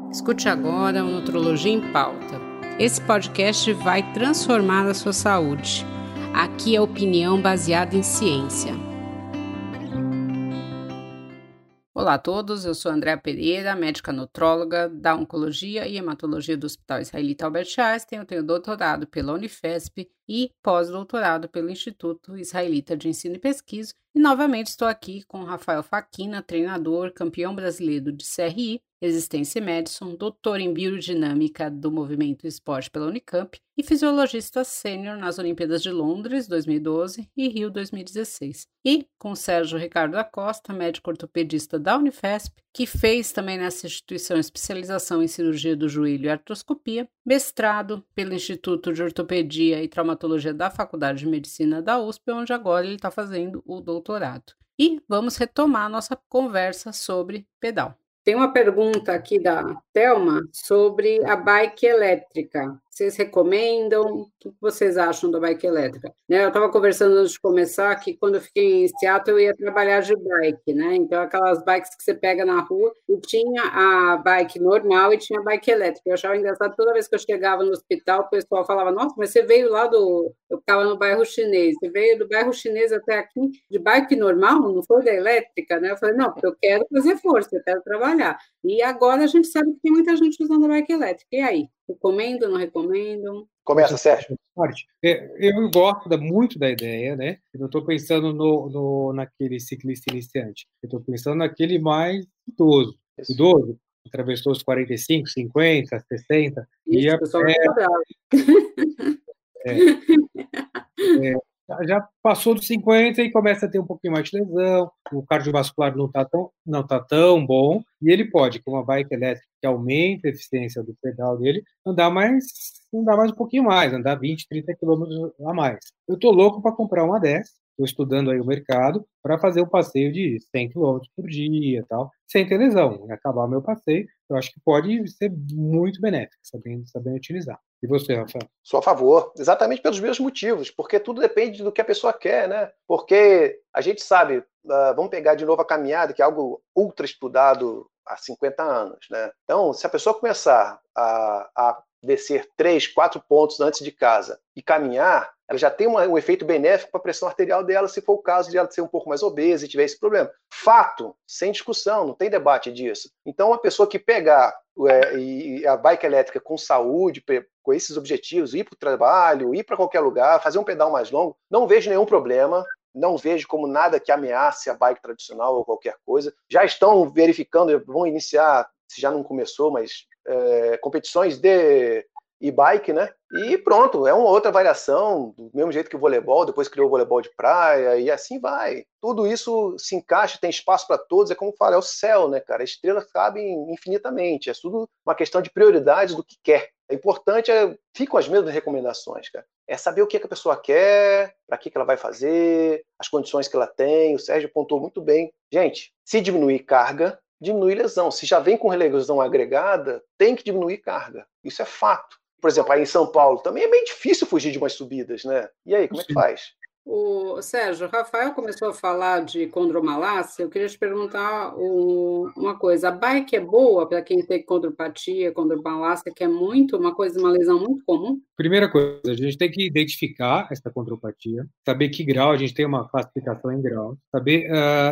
Escute agora o Nutrologia em Pauta. Esse podcast vai transformar a sua saúde. Aqui é opinião baseada em ciência. Olá a todos, eu sou Andréa Pereira, médica nutróloga da Oncologia e Hematologia do Hospital Israelita Albert Einstein. Eu tenho doutorado pela Unifesp e pós-doutorado pelo Instituto Israelita de Ensino e Pesquisa. E novamente estou aqui com Rafael Faquina, treinador, campeão brasileiro de CRI, Resistência e Madison, doutor em Biodinâmica do Movimento Esporte pela Unicamp e fisiologista sênior nas Olimpíadas de Londres 2012 e Rio 2016. E com Sérgio Ricardo da Costa, médico ortopedista da Unifesp, que fez também nessa instituição especialização em cirurgia do joelho e artroscopia, mestrado pelo Instituto de Ortopedia e Traumatologia da Faculdade de Medicina da USP, onde agora ele está fazendo o doutorado. E vamos retomar a nossa conversa sobre pedal. Tem uma pergunta aqui da Thelma sobre a bike elétrica. Vocês recomendam? O que vocês acham da bike elétrica? Eu estava conversando antes de começar que quando eu fiquei em Seattle eu ia trabalhar de bike, né? Então aquelas bikes que você pega na rua, e tinha a bike normal e tinha a bike elétrica. Eu achava engraçado, toda vez que eu chegava no hospital, o pessoal falava, nossa, mas você veio lá do... Eu ficava no bairro chinês, você veio do bairro chinês até aqui de bike normal, não foi da elétrica, né? Eu falei, não, porque eu quero fazer força, eu quero trabalhar. E agora a gente sabe que tem muita gente usando a bike elétrica. E aí? Recomendam, não recomendam? Começa, Sérgio. Eu gosto muito da ideia, né? Eu não estou pensando naquele ciclista iniciante. Eu estou pensando naquele mais idoso. Isso. Idoso, atravessou os 45, 50, 60. Isso, o pessoal vai já passou dos 50 e começa a ter um pouquinho mais de lesão, o cardiovascular não tá tão bom, e ele pode, com uma bike elétrica que aumenta a eficiência do pedal dele, andar mais um pouquinho mais, andar 20, 30 quilômetros a mais. Eu tô louco para comprar uma dessas, estou estudando aí o mercado, para fazer um passeio de 100 quilômetros por dia, tal, sem ter lesão. Acabar o meu passeio, eu acho que pode ser muito benéfico, sabendo utilizar. E você, Rafael? Sou a favor, exatamente pelos mesmos motivos, porque tudo depende do que a pessoa quer, né? Porque a gente sabe, vamos pegar de novo a caminhada, que é algo ultra estudado há 50 anos, né? Então, se a pessoa começar a descer 3, 4 pontos antes de casa e caminhar, ela já tem um efeito benéfico para a pressão arterial dela, se for o caso de ela ser um pouco mais obesa e tiver esse problema. Fato, sem discussão, não tem debate disso. Então, uma pessoa que pegar a bike elétrica com saúde, com esses objetivos, ir para o trabalho, ir para qualquer lugar, fazer um pedal mais longo, não vejo nenhum problema. Não vejo como nada que ameace a bike tradicional ou qualquer coisa. Já estão verificando, vão iniciar, se já não começou, mas competições de e-bike, né? E pronto, é uma outra variação, do mesmo jeito que o voleibol, depois criou o voleibol de praia, e assim vai. Tudo isso se encaixa, tem espaço para todos, é como fala, é o céu, né, cara? As estrelas cabem infinitamente, é tudo uma questão de prioridades do que quer. O importante ficam as mesmas recomendações, cara. É saber o que a pessoa quer, para que ela vai fazer, as condições que ela tem. O Sérgio apontou muito bem. Gente, se diminuir carga, diminui lesão. Se já vem com lesão agregada, tem que diminuir carga. Isso é fato. Por exemplo, aí em São Paulo também é bem difícil fugir de umas subidas, né? E aí, como é que faz? O Sérgio, o Rafael começou a falar de condromalácia. Eu queria te perguntar uma coisa. A bike é boa para quem tem condropatia, condromalácia, que é uma lesão muito comum? Primeira coisa, a gente tem que identificar essa condropatia, saber que grau, a gente tem uma classificação em grau, saber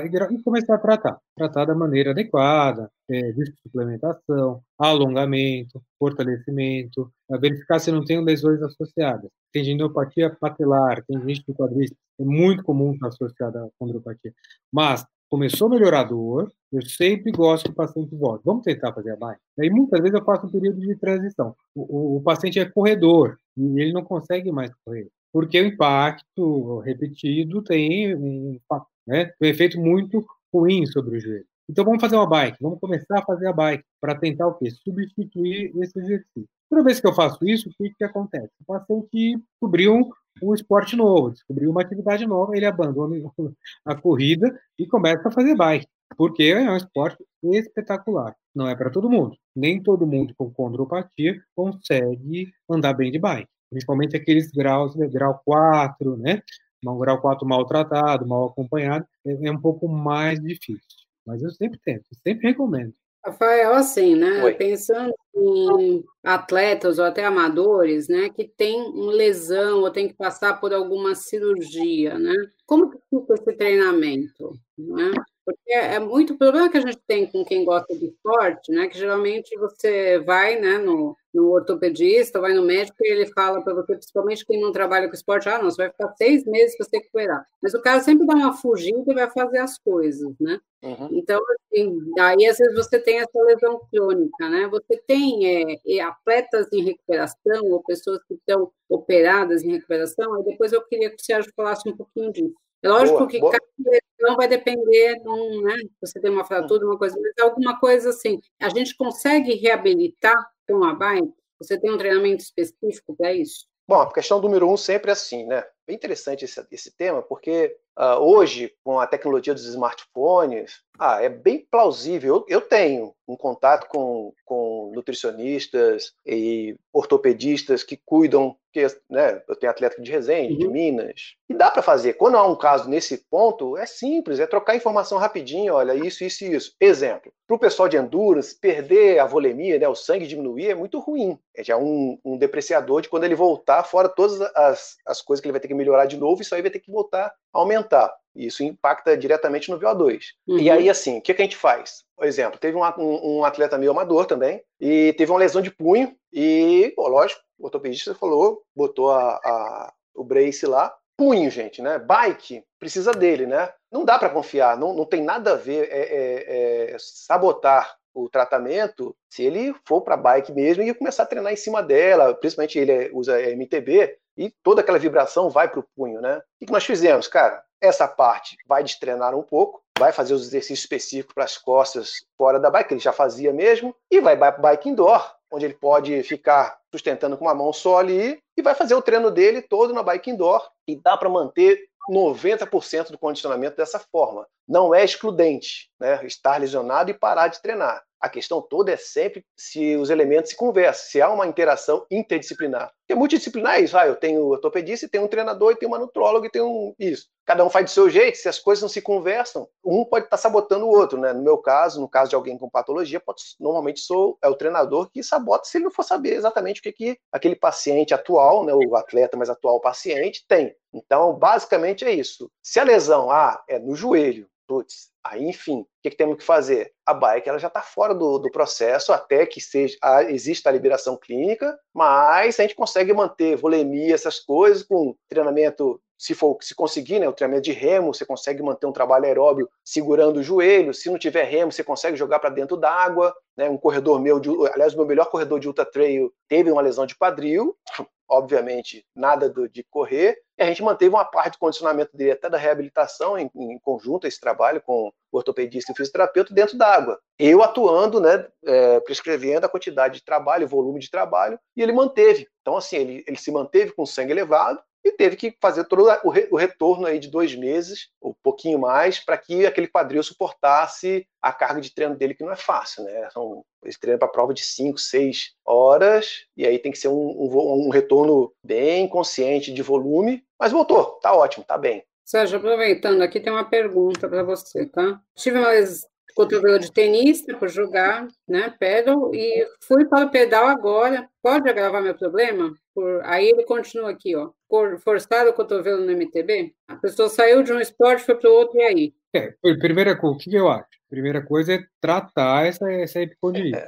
e começar a tratar da maneira adequada, risco de suplementação, alongamento, fortalecimento, verificar se não tem lesões associadas. Tem tendinopatia patelar, tem gente do quadríceps, é muito comum estar associada à condropatia. Mas começou a melhorar a dor, eu sempre gosto que o paciente volte. Vamos tentar fazer a bike? Aí muitas vezes eu faço um período de transição. O paciente é corredor e ele não consegue mais correr, porque o impacto repetido tem um efeito muito ruim sobre o joelho. Então vamos fazer uma bike, vamos começar a fazer a bike para tentar o quê? Substituir esse exercício. Toda vez que eu faço isso, o que acontece? O paciente descobriu um esporte novo, descobriu uma atividade nova, ele abandona a corrida e começa a fazer bike, porque é um esporte espetacular. Não é para todo mundo. Nem todo mundo com condropatia consegue andar bem de bike, principalmente aqueles graus, grau 4, né? Um grau 4 maltratado, mal acompanhado, é um pouco mais difícil. Mas eu sempre tento, sempre recomendo. Rafael, assim, né? Oi. Pensando em atletas ou até amadores, né, que tem uma lesão ou tem que passar por alguma cirurgia, né? Como que fica esse treinamento, né? Porque é muito problema que a gente tem com quem gosta de esporte, né? Que geralmente você vai, né, no ortopedista, vai no médico e ele fala para você, principalmente quem não trabalha com esporte, não, você vai ficar 6 meses para se recuperar. Mas o cara sempre dá uma fugida e vai fazer as coisas, né? Uhum. Então, assim, daí às vezes você tem essa lesão crônica, né? Você tem atletas em recuperação ou pessoas que estão operadas em recuperação, aí depois eu queria que o Sérgio falasse um pouquinho disso. É lógico Boa, que boa. cada lesão vai depender, né? Você tem uma Uhum. fratura, uma coisa, mas alguma coisa assim. A gente consegue reabilitar com a bike? Você tem um treinamento específico para isso? Bom, a questão número 1 sempre é assim, né? Bem interessante esse tema, porque hoje, com a tecnologia dos smartphones, é bem plausível. Eu tenho um contato com nutricionistas e ortopedistas que cuidam, que, né, eu tenho atleta de Resende, de Minas, e dá para fazer. Quando há um caso nesse ponto, é simples, é trocar informação rapidinho, olha, isso, isso e isso. Exemplo, para o pessoal de endurance, perder a volemia, né, o sangue diminuir, é muito ruim. É já um depreciador de quando ele voltar, fora todas as coisas que ele vai ter que melhorar de novo, isso aí vai ter que voltar a aumentar. E isso impacta diretamente no VO2. E aí, assim, o que a gente faz? Por exemplo, teve um atleta meu amador também, e teve uma lesão de punho, e, lógico, o ortopedista falou, botou o brace lá, punho, gente, né? Bike precisa dele, né? Não dá para confiar, não tem nada a ver sabotar o tratamento se ele for para bike mesmo e começar a treinar em cima dela, principalmente ele usa MTB e toda aquela vibração vai para o punho, né? O que nós fizemos, cara? Essa parte vai destreinar um pouco, vai fazer os exercícios específicos para as costas fora da bike, que ele já fazia mesmo, e vai para bike indoor, onde ele pode ficar sustentando com uma mão só ali e vai fazer o treino dele todo na bike indoor e dá para manter 90% do condicionamento dessa forma. Não é excludente, né? Estar lesionado e parar de treinar. A questão toda é sempre se os elementos se conversam, se há uma interação interdisciplinar. Porque multidisciplinar é isso. Eu tenho ortopedista, tenho um treinador, e tenho uma nutróloga, e tenho isso. Cada um faz do seu jeito, se as coisas não se conversam, um pode estar sabotando o outro, né? No meu caso, no caso de alguém com patologia, normalmente é o treinador que sabota se ele não for saber exatamente o que aquele paciente atual, né, o atleta mais atual paciente, tem. Então, basicamente é isso. Se a lesão é no joelho, putz, aí, enfim, o que temos que fazer? A bike ela já está fora do processo até que exista a liberação clínica, mas a gente consegue manter volemia, essas coisas, com treinamento, se conseguir, né, o treinamento de remo, você consegue manter um trabalho aeróbio segurando o joelho. Se não tiver remo, você consegue jogar para dentro d'água. Né, um corredor meu, aliás, o meu melhor corredor de ultra trail teve uma lesão de quadril, obviamente nada de correr, e a gente manteve uma parte do condicionamento dele até da reabilitação em conjunto, esse trabalho com o ortopedista e o fisioterapeuta dentro da água. Eu atuando, né, prescrevendo a quantidade de trabalho, o volume de trabalho, e ele manteve. Então, assim, ele se manteve com sangue elevado e teve que fazer todo o retorno aí de 2 meses, ou um pouquinho mais, para que aquele quadril suportasse a carga de treino dele, que não é fácil, né? Eles treinam para prova de 5, 6 horas, e aí tem que ser um retorno bem consciente de volume, mas voltou, tá ótimo, tá bem. Sérgio, aproveitando aqui, tem uma pergunta para você, tá? Tive uma cotovelo de tenista por jogar, né, pedal, e fui para o pedal agora. Pode agravar meu problema? Aí ele continua aqui, ó. Forçar o cotovelo no MTB? A pessoa saiu de um esporte, foi para o outro, e aí? Primeira coisa, o que eu acho? Primeira coisa é tratar essa epicondilite.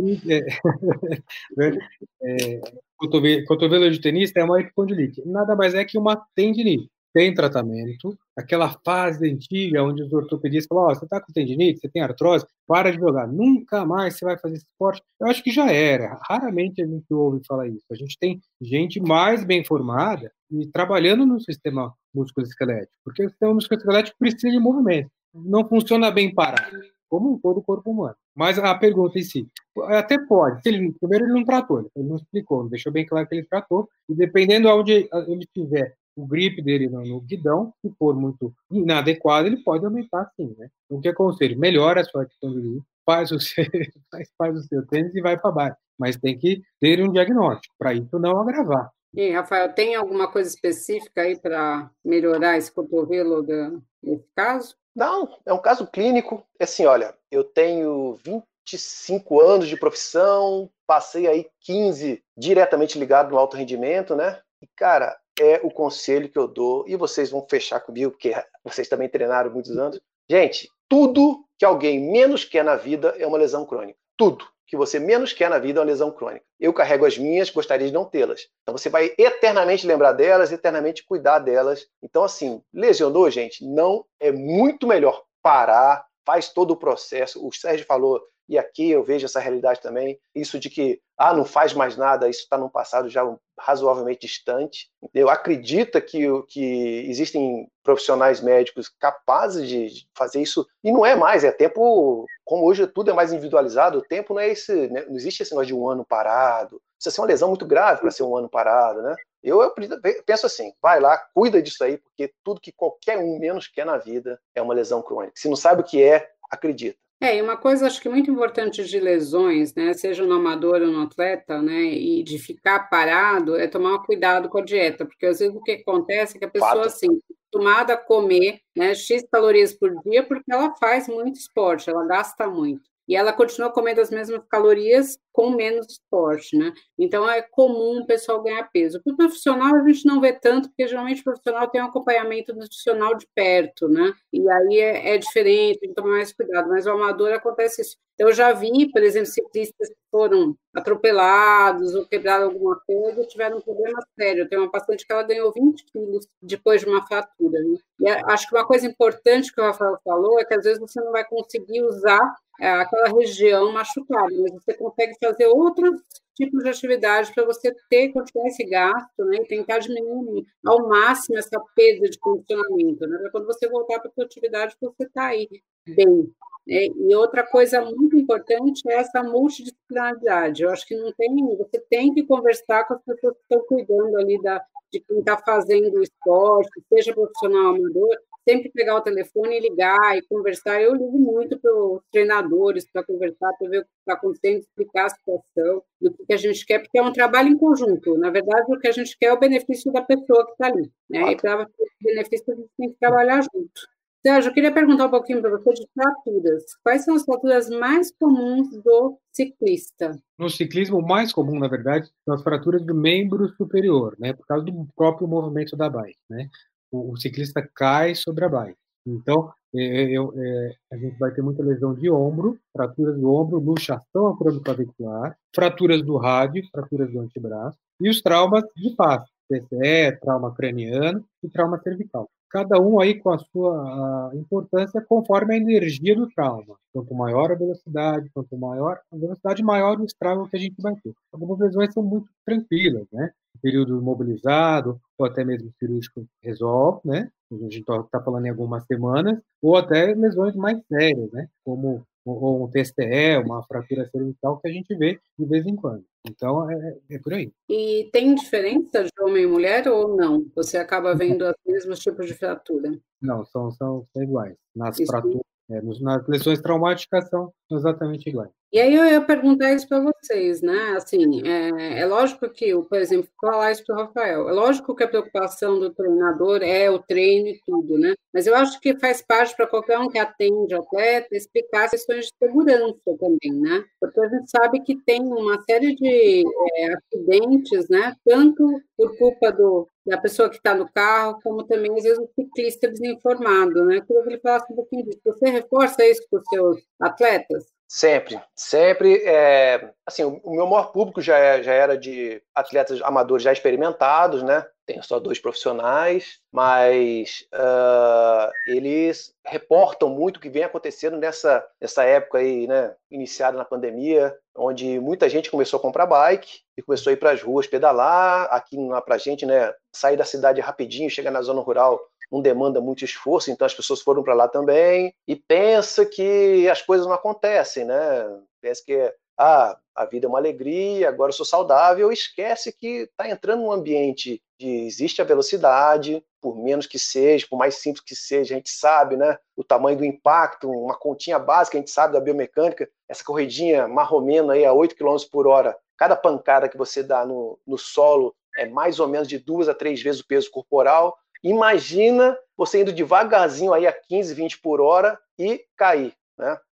Cotovelo de tenista é uma epicondilite. Nada mais é que uma tendinite. Tem tratamento. Aquela fase antiga onde os ortopedistas falam: você está com tendinite, você tem artrose, para de jogar. Nunca mais você vai fazer esse esporte. Eu acho que já era. Raramente a gente ouve falar isso. A gente tem gente mais bem formada e trabalhando no sistema musculoesquelético, porque o sistema musculoesquelético precisa de movimento. Não funciona bem parado, como todo o corpo humano. Mas a pergunta em si, até pode. Primeiro, ele não tratou, ele não explicou, não deixou bem claro que ele tratou, e dependendo de onde ele tiver o grip dele no guidão, se for muito inadequado, ele pode aumentar sim, né? Então, o que aconselho? Melhora a sua questão de grip, faz o seu tênis e vai para baixo. Mas tem que ter um diagnóstico, para isso não agravar. E aí, Rafael, tem alguma coisa específica aí para melhorar esse cotovelo nesse caso? Não, é um caso clínico. Assim, olha, eu tenho 25 anos de profissão, passei aí 15 diretamente ligado no alto rendimento, né? E, cara, é o conselho que eu dou, e vocês vão fechar comigo, porque vocês também treinaram muitos anos. Gente, tudo que alguém menos quer na vida é uma lesão crônica. Tudo que você menos quer na vida é uma lesão crônica. Eu carrego as minhas, gostaria de não tê-las. Então você vai eternamente lembrar delas, eternamente cuidar delas. Então, assim, lesionou, gente, não é muito melhor parar, faz todo o processo. O Sérgio falou, e aqui eu vejo essa realidade também, isso de que não faz mais nada, isso está num passado já razoavelmente distante. Eu acredito que existem profissionais médicos capazes de fazer isso, e não é mais, é tempo, como hoje tudo é mais individualizado, o tempo não é esse, né? Não existe esse negócio de um ano parado, precisa ser uma lesão muito grave para ser um ano parado, né? Eu penso assim, vai lá, cuida disso aí, porque tudo que qualquer um menos quer na vida é uma lesão crônica. Se não sabe o que é, acredita. E uma coisa acho que muito importante de lesões, né, seja no amador ou no atleta, né, e de ficar parado, é tomar cuidado com a dieta, porque às vezes o que acontece é que a pessoa, Fato. assim, acostumada a comer, né, X calorias por dia, porque ela faz muito esporte, ela gasta muito. E ela continua comendo as mesmas calorias com menos esporte, né? Então, é comum o pessoal ganhar peso. Para o profissional, a gente não vê tanto, porque geralmente o profissional tem um acompanhamento nutricional de perto, né? E aí é diferente, tem que tomar mais cuidado. Mas o amador acontece isso. Então, eu já vi, por exemplo, ciclistas que foram atropelados ou quebraram alguma coisa e tiveram um problema sério. Eu tenho uma paciente que ela ganhou 20 quilos depois de uma fratura, né? E acho que uma coisa importante que o Rafael falou é que às vezes você não vai conseguir usar aquela região machucada, mas você consegue fazer outros tipos de atividade para você continuar esse gasto, né, e tentar diminuir ao máximo essa perda de condicionamento, né, para quando você voltar para a sua atividade, você está aí bem. Né? E outra coisa muito importante é essa multidisciplinaridade. Eu acho que você tem que conversar com as pessoas que estão cuidando ali de quem está fazendo o esporte, seja profissional ou amador, sempre pegar o telefone e ligar e conversar. Eu ligo muito para os treinadores para conversar, para ver o que está acontecendo, explicar a situação, do que a gente quer, porque é um trabalho em conjunto. Na verdade, o que a gente quer é o benefício da pessoa que está ali. Né? E para o benefício, a gente tem que trabalhar junto. Sérgio, eu queria perguntar um pouquinho para você de fraturas. Quais são as fraturas mais comuns do ciclista? No ciclismo, o mais comum, na verdade, são as fraturas do membro superior, né, por causa do próprio movimento da bike, né? O ciclista cai sobre a bike. Então, a gente vai ter muita lesão de ombro, fraturas do ombro, luxação acromioclavicular, fraturas do rádio, fraturas do antebraço, e os traumas de face, TCE, trauma craniano e trauma cervical. Cada um aí com a sua importância conforme a energia do trauma. Quanto maior a velocidade, maior o estrago que a gente vai ter. Algumas lesões são muito tranquilas, né? O período imobilizado, ou até mesmo cirúrgico resolve, né? A gente está falando em algumas semanas, ou até lesões mais sérias, né? Como um TSTE, uma fratura cervical que a gente vê de vez em quando. Então, é por aí. E tem diferença de homem e mulher ou não? Você acaba vendo os mesmos tipos de fratura? Não, são iguais. Nas fraturas, nas lesões traumáticas são exatamente iguais. E aí eu ia perguntar isso para vocês, né? Assim, é lógico que, por exemplo, falar isso para o Rafael, é lógico que a preocupação do treinador é o treino e tudo, né? Mas eu acho que faz parte para qualquer um que atende atleta explicar as questões de segurança também, né? Porque a gente sabe que tem uma série de acidentes, né? Tanto por culpa da pessoa que está no carro, como também, às vezes, o ciclista desinformado, né? Eu queria que ele falasse um pouquinho disso. Você reforça isso para os seus atletas? Sempre. Assim, o meu maior público já era de atletas amadores já experimentados, né? Tenho só 2 profissionais, mas eles reportam muito o que vem acontecendo nessa época aí, né? Iniciada na pandemia, onde muita gente começou a comprar bike e começou a ir para as ruas pedalar. Aqui pra gente, né? Sair da cidade rapidinho, chegar na zona rural não demanda muito esforço, então as pessoas foram para lá também e pensa que as coisas não acontecem, né? Pensa que a vida é uma alegria, agora eu sou saudável, esquece que está entrando num ambiente de existe a velocidade, por menos que seja, por mais simples que seja, a gente sabe, né? O tamanho do impacto, uma continha básica, a gente sabe da biomecânica, essa corridinha marromeno aí a 8 km por hora, cada pancada que você dá no solo é mais ou menos de 2 a 3 vezes o peso corporal. Imagina você indo devagarzinho aí a 15, 20 por hora e cair, né?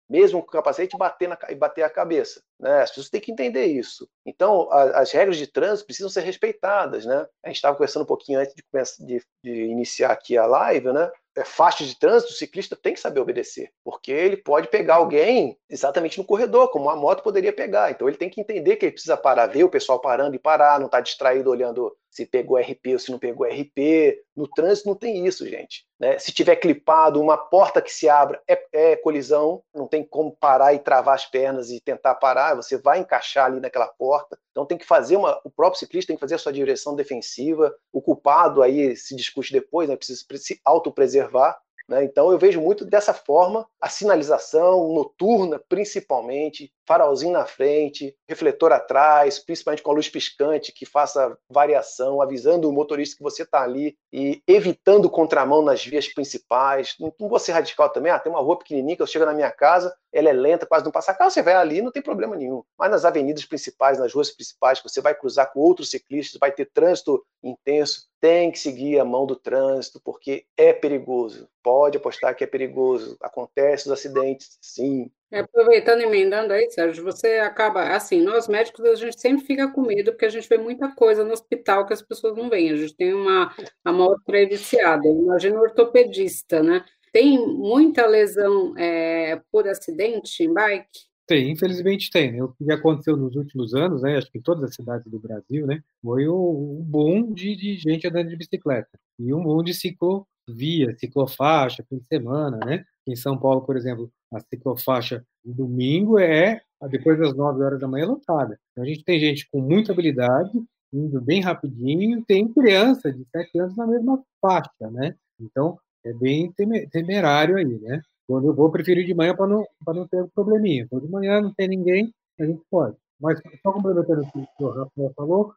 mesmo com o capacete, e bater a cabeça, né? As pessoas têm que entender isso. Então, as regras de trânsito precisam ser respeitadas, né? A gente estava conversando um pouquinho antes de iniciar aqui a live, né? Faixa de trânsito, o ciclista tem que saber obedecer, porque ele pode pegar alguém exatamente no corredor, como uma moto poderia pegar. Então ele tem que entender que ele precisa parar, ver o pessoal parando e parar, não estar distraído olhando se pegou RP ou se não pegou RP. No trânsito não tem isso, gente, né? Se tiver clipado, uma porta que se abra é colisão, não tem como parar e travar as pernas e tentar parar, você vai encaixar ali naquela porta. Então tem que fazer o próprio ciclista tem que fazer a sua direção defensiva. O culpado aí se discute depois, né? Precisa se autopreservar. Né? Então eu vejo muito dessa forma, a sinalização noturna, principalmente, farolzinho na frente, refletor atrás, principalmente com a luz piscante, que faça variação, avisando o motorista que você está ali e evitando contramão nas vias principais. Não vou ser radical também, tem uma rua pequenininha que eu chego na minha casa, ela é lenta, quase não passa carro, você vai ali, não tem problema nenhum. Mas nas avenidas principais, nas ruas principais, que você vai cruzar com outros ciclistas, vai ter trânsito intenso, tem que seguir a mão do trânsito, porque é perigoso. Pode apostar que é perigoso. Acontecem os acidentes, sim. Aproveitando e emendando aí, Sérgio, você acaba, assim, nós médicos, a gente sempre fica com medo, porque a gente vê muita coisa no hospital que as pessoas não veem. A gente tem a mão prejudiciada. Imagina o ortopedista, né? Tem muita lesão por acidente em bike? Tem, infelizmente tem, né? O que aconteceu nos últimos anos, né? Acho que em todas as cidades do Brasil, né? Foi o boom de gente andando de bicicleta. E um boom de ciclovia, ciclofaixa, fim de semana, né? Em São Paulo, por exemplo, a ciclofaixa de domingo depois das 9 horas da manhã, lotada. Então, a gente tem gente com muita habilidade, indo bem rapidinho, tem criança de 7 anos na mesma faixa, né? Então, é bem temerário aí, né? Quando eu vou, prefiro ir de manhã para não ter um probleminha. Então, de manhã não tem ninguém, a gente pode. Mas, só complementando o que o Rafael falou,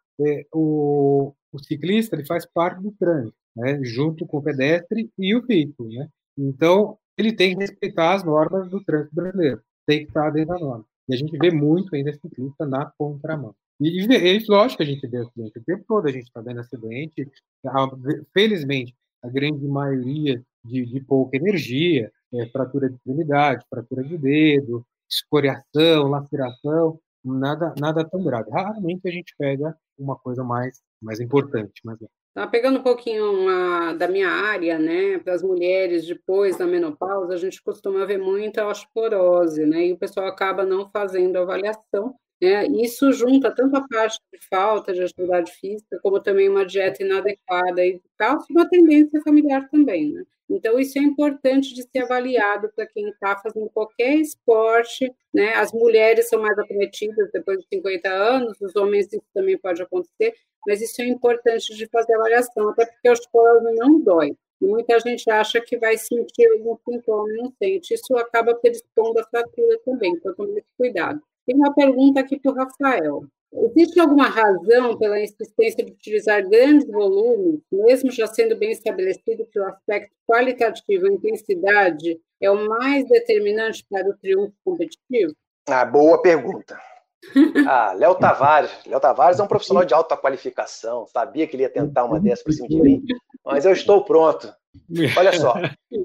o ciclista ele faz parte do trânsito, né, junto com o pedestre e o veículo. Né? Então, ele tem que respeitar as normas do trânsito brasileiro. Tem que estar dentro da norma. E a gente vê muito ainda ciclista na contramão. E lógico que a gente vê acidente. O tempo todo a gente está vendo acidente. Felizmente, a grande maioria de pouca energia, fratura de extremidade, fratura de dedo, escoriação, laceração, nada tão grave. Raramente a gente pega uma coisa mais importante. Tá pegando um pouquinho da minha área, né? Para as mulheres depois da menopausa, a gente costuma ver muita osteoporose, né? E o pessoal acaba não fazendo avaliação. Isso junta tanto a parte de falta de atividade física, como também uma dieta inadequada e causa uma tendência familiar também, né? Então, isso é importante de ser avaliado para quem está fazendo qualquer esporte, né? As mulheres são mais acometidas depois de 50 anos, os homens isso também pode acontecer, mas isso é importante de fazer avaliação, até porque a osteoporose não dói. E muita gente acha que vai sentir algum sintoma e não sente. Isso acaba predispondo a fratura também, então tome esse cuidado. Tem uma pergunta aqui para o Rafael. Existe alguma razão pela insistência de utilizar grandes volumes, mesmo já sendo bem estabelecido que o aspecto qualitativo, a intensidade, é o mais determinante para o triunfo competitivo? Boa pergunta. Léo Tavares é um profissional de alta qualificação. Sabia que ele ia tentar uma dessa para cima de mim, mas eu estou pronto. Olha só,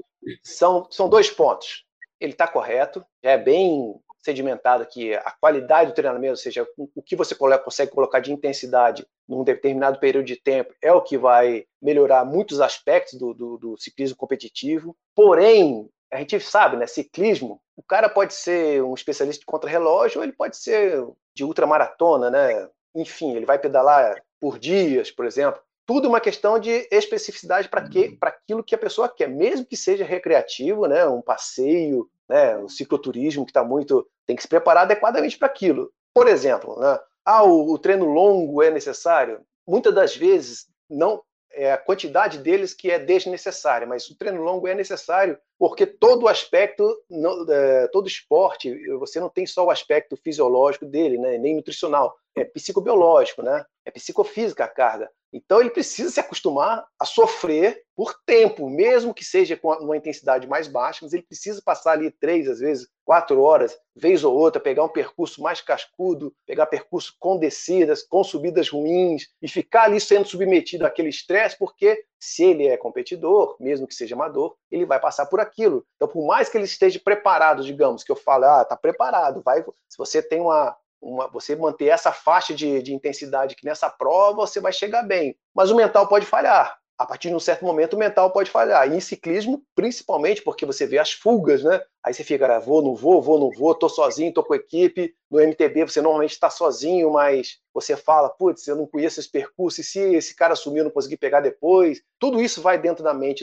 são 2 pontos. Ele está correto, já é bem sedimentado que a qualidade do treinamento, ou seja, o que você consegue colocar de intensidade num determinado período de tempo é o que vai melhorar muitos aspectos do ciclismo competitivo. Porém, a gente sabe, né, ciclismo, o cara pode ser um especialista de contrarrelógio ou ele pode ser de ultramaratona, né? Enfim, ele vai pedalar por dias, por exemplo. Tudo uma questão de especificidade para aquilo que a pessoa quer, mesmo que seja recreativo, né, um passeio, né, o cicloturismo que tem que se preparar adequadamente para aquilo. Por exemplo, né, o treino longo é necessário? Muitas das vezes não é a quantidade deles que é desnecessária, mas o treino longo é necessário porque todo aspecto, todo esporte, você não tem só o aspecto fisiológico dele, né, nem nutricional, é psicobiológico, né, é psicofísica a carga. Então ele precisa se acostumar a sofrer por tempo, mesmo que seja com uma intensidade mais baixa, mas ele precisa passar ali 3, às vezes 4 horas, vez ou outra, pegar um percurso mais cascudo, pegar percurso com descidas, com subidas ruins, e ficar ali sendo submetido àquele estresse, porque se ele é competidor, mesmo que seja amador, ele vai passar por aquilo. Então, por mais que ele esteja preparado, digamos, que eu falo, tá preparado, se você tem você manter essa faixa de intensidade que nessa prova, você vai chegar bem. Mas o mental pode falhar. A partir de um certo momento, o mental pode falhar. E em ciclismo, principalmente, porque você vê as fugas, né? Aí você fica, vou, não vou, tô sozinho, tô com equipe. No MTB, você normalmente está sozinho, mas você fala, putz, eu não conheço esse percurso, e se esse cara sumiu, eu não consegui pegar depois. Tudo isso vai dentro da mente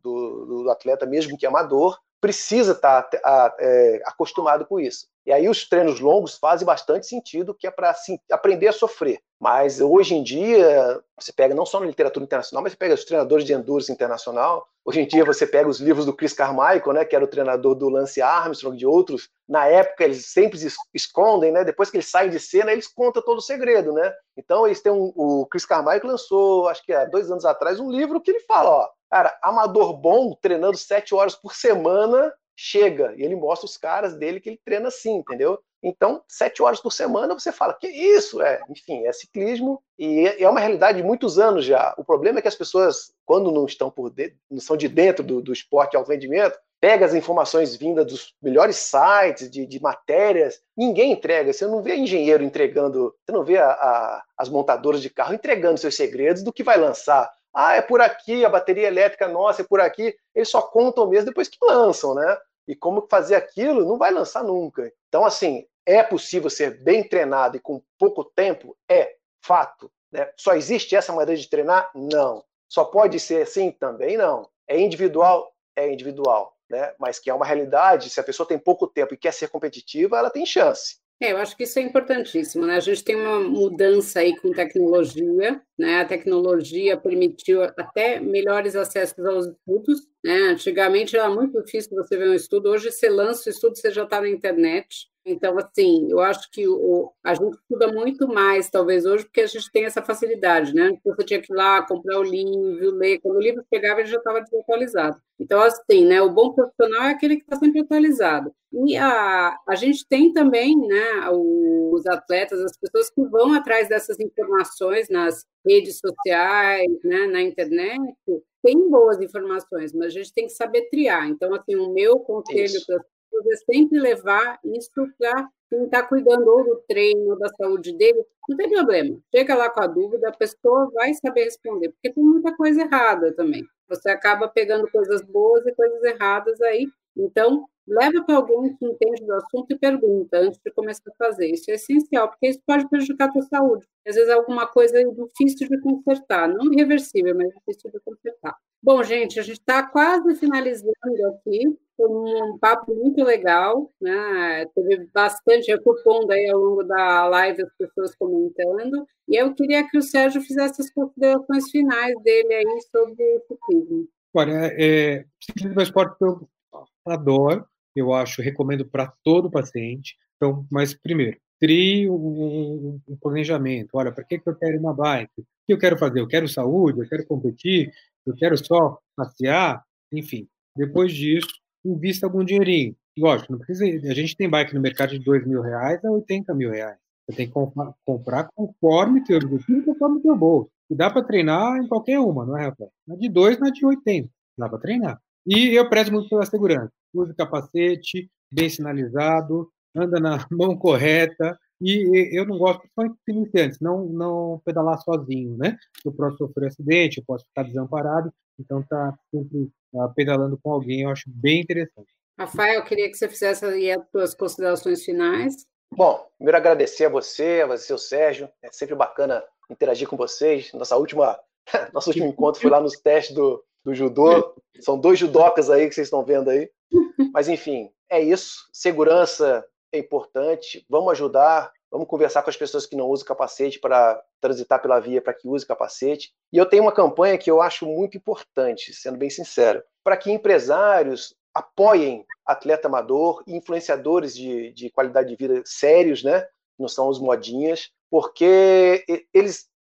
do atleta, mesmo que amador, precisa estar acostumado com isso. E aí os treinos longos fazem bastante sentido, que é para assim, aprender a sofrer. Mas hoje em dia, você pega não só na literatura internacional, mas você pega os treinadores de endurance internacional. Hoje em dia você pega os livros do Chris Carmichael, né, que era o treinador do Lance Armstrong, de outros. Na época eles sempre escondem, né, depois que eles saem de cena, eles contam todo o segredo, né? Então eles têm o Chris Carmichael lançou, acho que há 2 anos atrás, um livro que ele fala, cara, amador bom, treinando 7 horas por semana, chega. E ele mostra os caras dele que ele treina assim, entendeu? Então, 7 horas por semana, você fala, que isso? Enfim, é ciclismo e é uma realidade de muitos anos já. O problema é que as pessoas, quando não estão não são de dentro do esporte de alto rendimento, pega as informações vindas dos melhores sites, de matérias, ninguém entrega. Você não vê engenheiro entregando, você não vê as montadoras de carro entregando seus segredos do que vai lançar. É por aqui, a bateria elétrica nossa é por aqui. Eles só contam mesmo depois que lançam, né? E como fazer aquilo não vai lançar nunca. Então, assim, é possível ser bem treinado e com pouco tempo? É, fato. Né? Só existe essa maneira de treinar? Não. Só pode ser assim? Também não. É individual? É individual. Né? Mas que é uma realidade, se a pessoa tem pouco tempo e quer ser competitiva, ela tem chance. Eu acho que isso é importantíssimo, né? A gente tem uma mudança aí com tecnologia, né? A tecnologia permitiu até melhores acessos aos estudos, né? Antigamente era muito difícil você ver um estudo, hoje você lança o estudo, você já está na internet. Então, assim, eu acho que a gente estuda muito mais, talvez, hoje, porque a gente tem essa facilidade, né? Você tinha que ir lá, comprar o livro, ler. Quando o livro chegava, ele já estava desatualizado. Então, assim, né? O bom profissional é aquele que está sempre atualizado. E a gente tem também, né, os atletas, as pessoas que vão atrás dessas informações nas redes sociais, né, na internet, tem boas informações, mas a gente tem que saber triar. Então, assim, o meu conselho para as pessoas é sempre levar isso para quem está cuidando ou do treino, ou da saúde dele, não tem problema. Chega lá com a dúvida, a pessoa vai saber responder, porque tem muita coisa errada também. Você acaba pegando coisas boas e coisas erradas aí. Então, leva para alguém que entende do assunto e pergunta antes de começar a fazer. Isso é essencial, porque isso pode prejudicar a tua saúde. Às vezes é alguma coisa difícil de consertar, não irreversível, mas difícil de consertar. Bom, gente, a gente está quase finalizando aqui. Foi um papo muito legal, né? Teve bastante, eu fui pondo aí ao longo da live as pessoas comentando, e eu queria que o Sérgio fizesse as considerações finais dele aí sobre o ciclismo. Olha, ciclismo é um esporte que eu adoro, eu acho, recomendo para todo paciente. Então, mas primeiro, crie um planejamento. Olha, para que eu quero uma bike? O que eu quero fazer? Eu quero saúde? Eu quero competir? Eu quero só passear? Enfim, depois disso, invista algum dinheirinho. Lógico, não precisa. A gente tem bike no mercado de R$2.000 a R$80.000. Você tem que comprar conforme teu objetivo, conforme teu bolso. E dá para treinar em qualquer uma, não é, Rafael? Na de 2, na de 80. Dá para treinar. E eu prezo muito pela segurança. Use capacete, bem sinalizado, anda na mão correta. E eu não gosto, principalmente de iniciantes, não pedalar sozinho, né? Eu posso sofrer acidente, eu posso ficar desamparado. Então, tá sempre pedalando com alguém, eu acho bem interessante. Rafael, eu queria que você fizesse aí as suas considerações finais. Bom, primeiro agradecer a você, o Sérgio. É sempre bacana interagir com vocês. Nosso último encontro foi lá nos testes do judô. São 2 judocas aí que vocês estão vendo aí. Mas, enfim, é isso. Segurança é importante. Vamos ajudar. Vamos conversar com as pessoas que não usam capacete para transitar pela via para que use capacete. E eu tenho uma campanha que eu acho muito importante, sendo bem sincero, para que empresários apoiem atleta amador e influenciadores de qualidade de vida sérios, né? Não são os modinhas, porque eles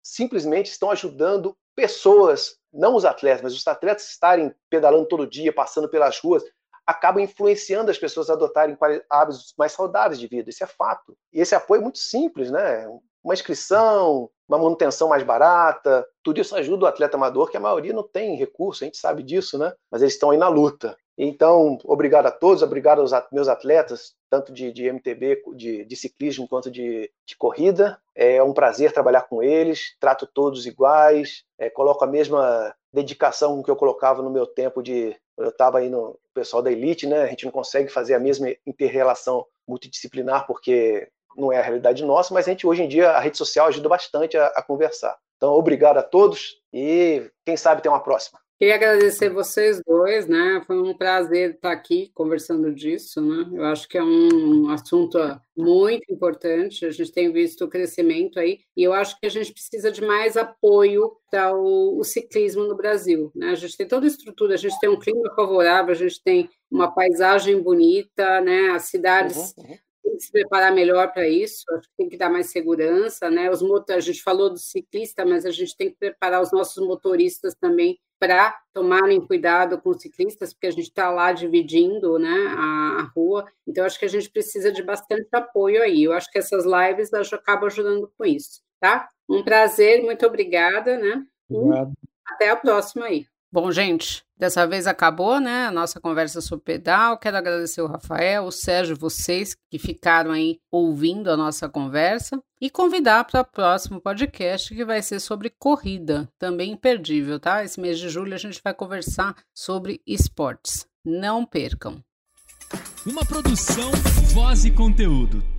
simplesmente estão ajudando pessoas, não os atletas, mas os atletas estarem pedalando todo dia, passando pelas ruas, acabam influenciando as pessoas a adotarem hábitos mais saudáveis de vida. Isso é fato. E esse apoio é muito simples, né? Uma inscrição, uma manutenção mais barata, tudo isso ajuda o atleta amador, que a maioria não tem recurso, a gente sabe disso, né? Mas eles estão aí na luta. Então, obrigado a todos, obrigado aos meus atletas, tanto de MTB, de ciclismo, quanto de corrida. É um prazer trabalhar com eles, trato todos iguais, coloco a mesma dedicação que eu colocava no meu tempo eu estava aí no pessoal da elite, né? A gente não consegue fazer a mesma inter-relação multidisciplinar, porque não é a realidade nossa, mas hoje em dia, a rede social ajuda bastante a conversar. Então, obrigado a todos e quem sabe tem uma próxima. Queria agradecer vocês dois, né? Foi um prazer estar aqui conversando disso, né? Eu acho que é um assunto muito importante, a gente tem visto o crescimento aí, e eu acho que a gente precisa de mais apoio para o ciclismo no Brasil, né? A gente tem toda a estrutura, a gente tem um clima favorável, a gente tem uma paisagem bonita, né? As cidades... Tem que se preparar melhor para isso, acho que tem que dar mais segurança, né? A gente falou do ciclista, mas a gente tem que preparar os nossos motoristas também para tomarem cuidado com os ciclistas, porque a gente está lá dividindo, né, a rua, então acho que a gente precisa de bastante apoio aí. Eu acho que essas lives acabam ajudando com isso, tá? Um prazer, muito obrigada, né? Obrigado. Até a próxima aí. Bom, gente, dessa vez acabou, né, a nossa conversa sobre pedal. Quero agradecer o Rafael, o Sérgio, vocês que ficaram aí ouvindo a nossa conversa e convidar para o próximo podcast que vai ser sobre corrida, também imperdível, tá? Esse mês de julho a gente vai conversar sobre esportes. Não percam. Uma produção, voz e conteúdo.